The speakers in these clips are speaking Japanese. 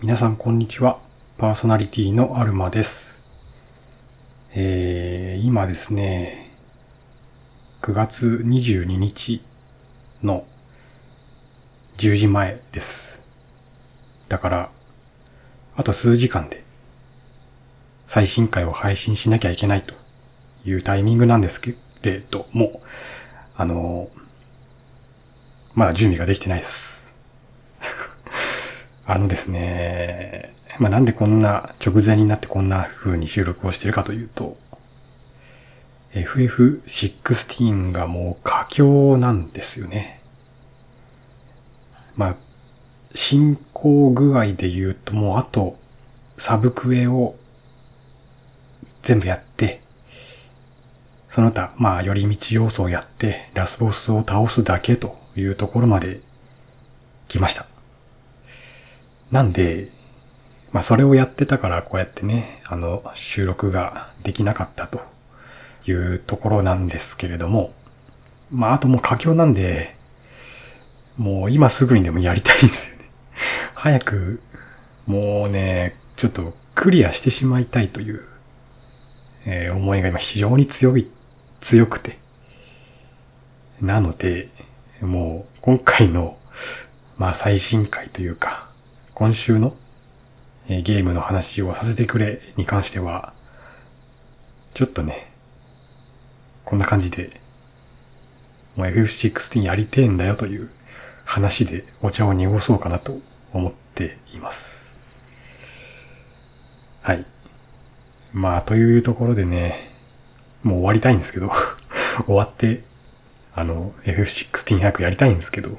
皆さんこんにちは。パーソナリティのアルマです。今ですね、9月22日の10時前です。だから、あと数時間で最新回を配信しなきゃいけないというタイミングなんですけれども、まだ準備ができてないです。ですね、なんでこんな直前になってこんな風に収録をしてるかというと、FF16 がもう佳境なんですよね。進行具合で言うともうあとサブクエを全部やって、その他、寄り道要素をやって、ラスボスを倒すだけというところまで来ました。なんで、それをやってたからこうやってね、収録ができなかったというところなんですけれども、あともう佳境なんで、もう今すぐにでもやりたいんですよね。早く、もうね、ちょっとクリアしてしまいたいという、思いが今非常に強くて。なので、もう今回の、最新回というか、今週のゲームの話をさせてくれに関しては、ちょっとね、こんな感じで、もう FF16 やりてえんだよという話でお茶を濁そうかなと思っています。はい。というところでね、もう終わりたいんですけど、終わって、FF16 早くやりたいんですけど、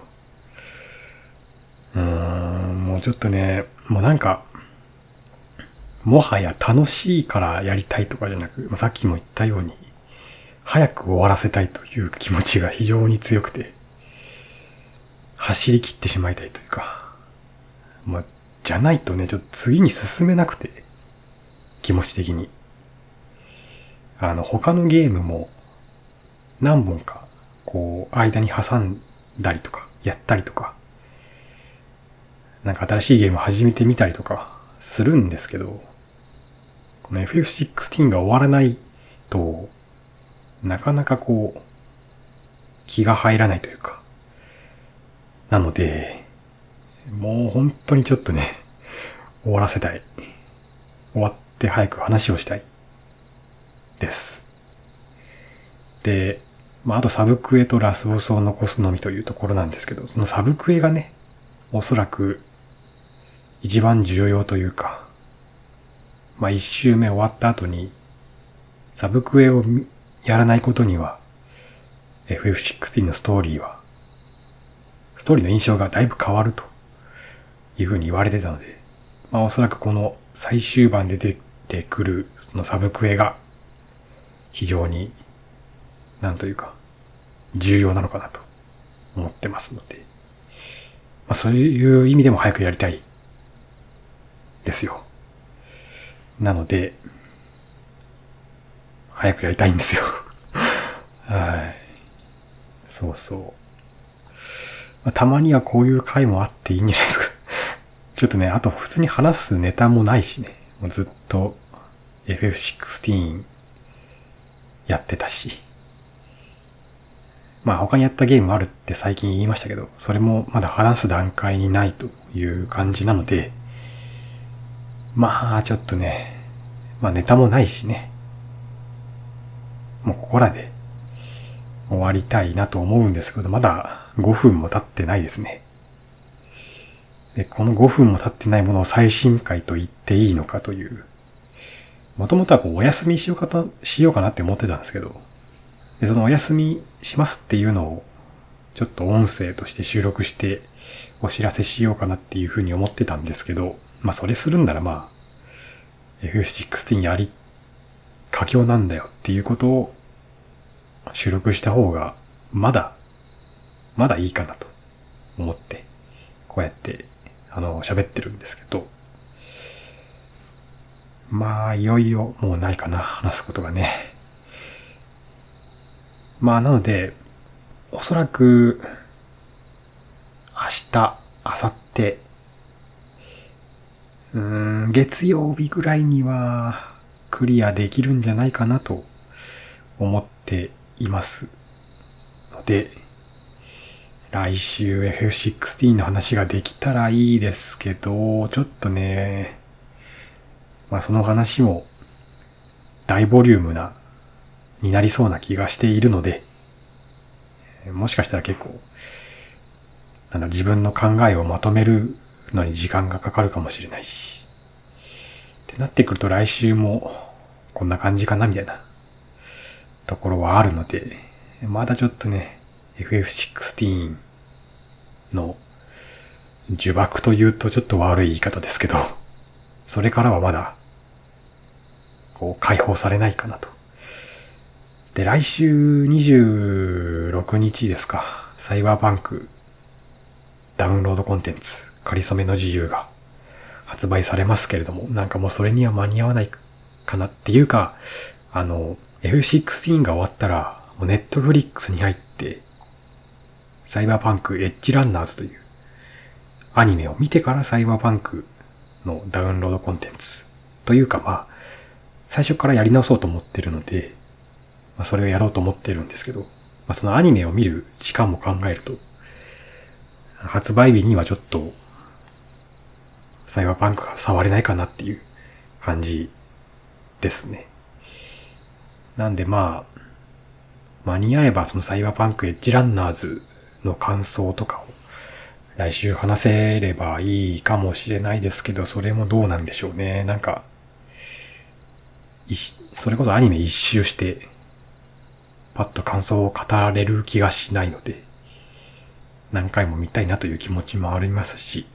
もうちょっとね、もうなんか、もはや楽しいからやりたいとかじゃなく、さっきも言ったように、早く終わらせたいという気持ちが非常に強くて、走り切ってしまいたいというか、じゃないとね、ちょっと次に進めなくて、気持ち的に。他のゲームも何本か、間に挟んだりとか、やったりとか、なんか新しいゲームを始めてみたりとか、するんですけど、この FF16 が終わらないと、なかなか気が入らないというか。なので、もう本当にちょっとね、終わらせたい。終わって早く話をしたい。です。で、あとサブクエとラスボスを残すのみというところなんですけど、そのサブクエがね、おそらく一番重要というか、一周目終わった後に、サブクエをやらないことには、FF16 のストーリーの印象がだいぶ変わるというふうに言われてたので、おそらくこの最終盤で出てくるそのサブクエが非常になんというか重要なのかなと思ってますので、そういう意味でも早くやりたいですよ。なので早くやりたいんですよ。はい。そうそう。たまにはこういう回もあっていいんじゃないですか。ちょっとね、あと普通に話すネタもないしね。もうずっと FF16 やってたし。他にやったゲームあるって最近言いましたけど、それもまだ話す段階にないという感じなので、ちょっとね、ネタもないしね。もうここらで終わりたいなと思うんですけど、まだ5分も経ってないですね。で、この5分も経ってないものを最新回と言っていいのかという。もともとはお休みしようかなって思ってたんですけど、で、そのお休みしますっていうのを、ちょっと音声として収録してお知らせしようかなっていうふうに思ってたんですけど、それするんならF16 佳境なんだよっていうことを収録した方が、まだいいかなと思って、こうやって、喋ってるんですけど、いよいよもうないかな、話すことがね。なので、おそらく、明日、明後日、 月曜日ぐらいにはクリアできるんじゃないかなと思っていますので、来週 FF16 の話ができたらいいですけど、ちょっとね、その話も大ボリュームになりそうな気がしているので、もしかしたら結構、自分の考えをまとめるのに時間がかかるかもしれないし。ってなってくると来週もこんな感じかなみたいなところはあるので、まだちょっとね、FF16 の呪縛というとちょっと悪い言い方ですけど、それからはまだ、解放されないかなと。で、来週26日ですか、サイバーパンクダウンロードコンテンツ、かりそめの自由が発売されますけれども、もうそれには間に合わないかなっていうか、F16 が終わったら、もうネットフリックスに入って、サイバーパンクエッジランナーズというアニメを見てからサイバーパンクのダウンロードコンテンツというか最初からやり直そうと思ってるので、それをやろうと思ってるんですけど、そのアニメを見る時間も考えると、発売日にはちょっと、サイバーパンクが触れないかなっていう感じですね。なんで間に合えばそのサイバーパンクエッジランナーズの感想とかを来週話せればいいかもしれないですけど、それもどうなんでしょうね。それこそアニメ一周して、パッと感想を語られる気がしないので、何回も見たいなという気持ちもありますし、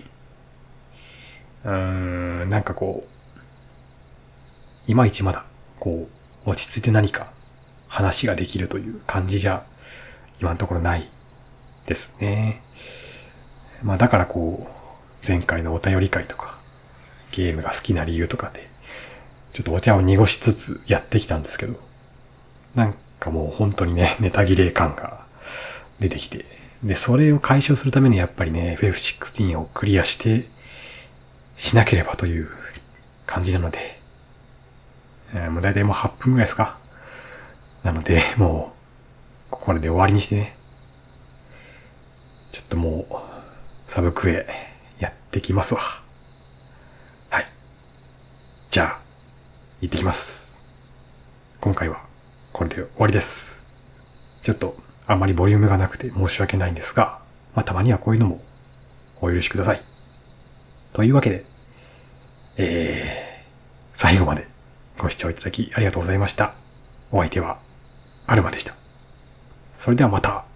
いまいちまだ、落ち着いて何か話ができるという感じじゃ、今のところないですね。だから前回のお便り会とか、ゲームが好きな理由とかで、ちょっとお茶を濁しつつやってきたんですけど、もう本当にね、ネタ切れ感が出てきて、で、それを解消するためにやっぱりね、FF16 をクリアしなければという感じなので、もう大体もう8分ぐらいですか。なので、もう、これで終わりにしてね、ちょっともう、サブクエやってきますわ。はい。じゃあ、行ってきます。今回はこれで終わりです。ちょっとあんまりボリュームがなくて申し訳ないんですが、たまにはこういうのもお許しください。というわけで、最後までご視聴いただきありがとうございました。お相手はアルマでした。それではまた。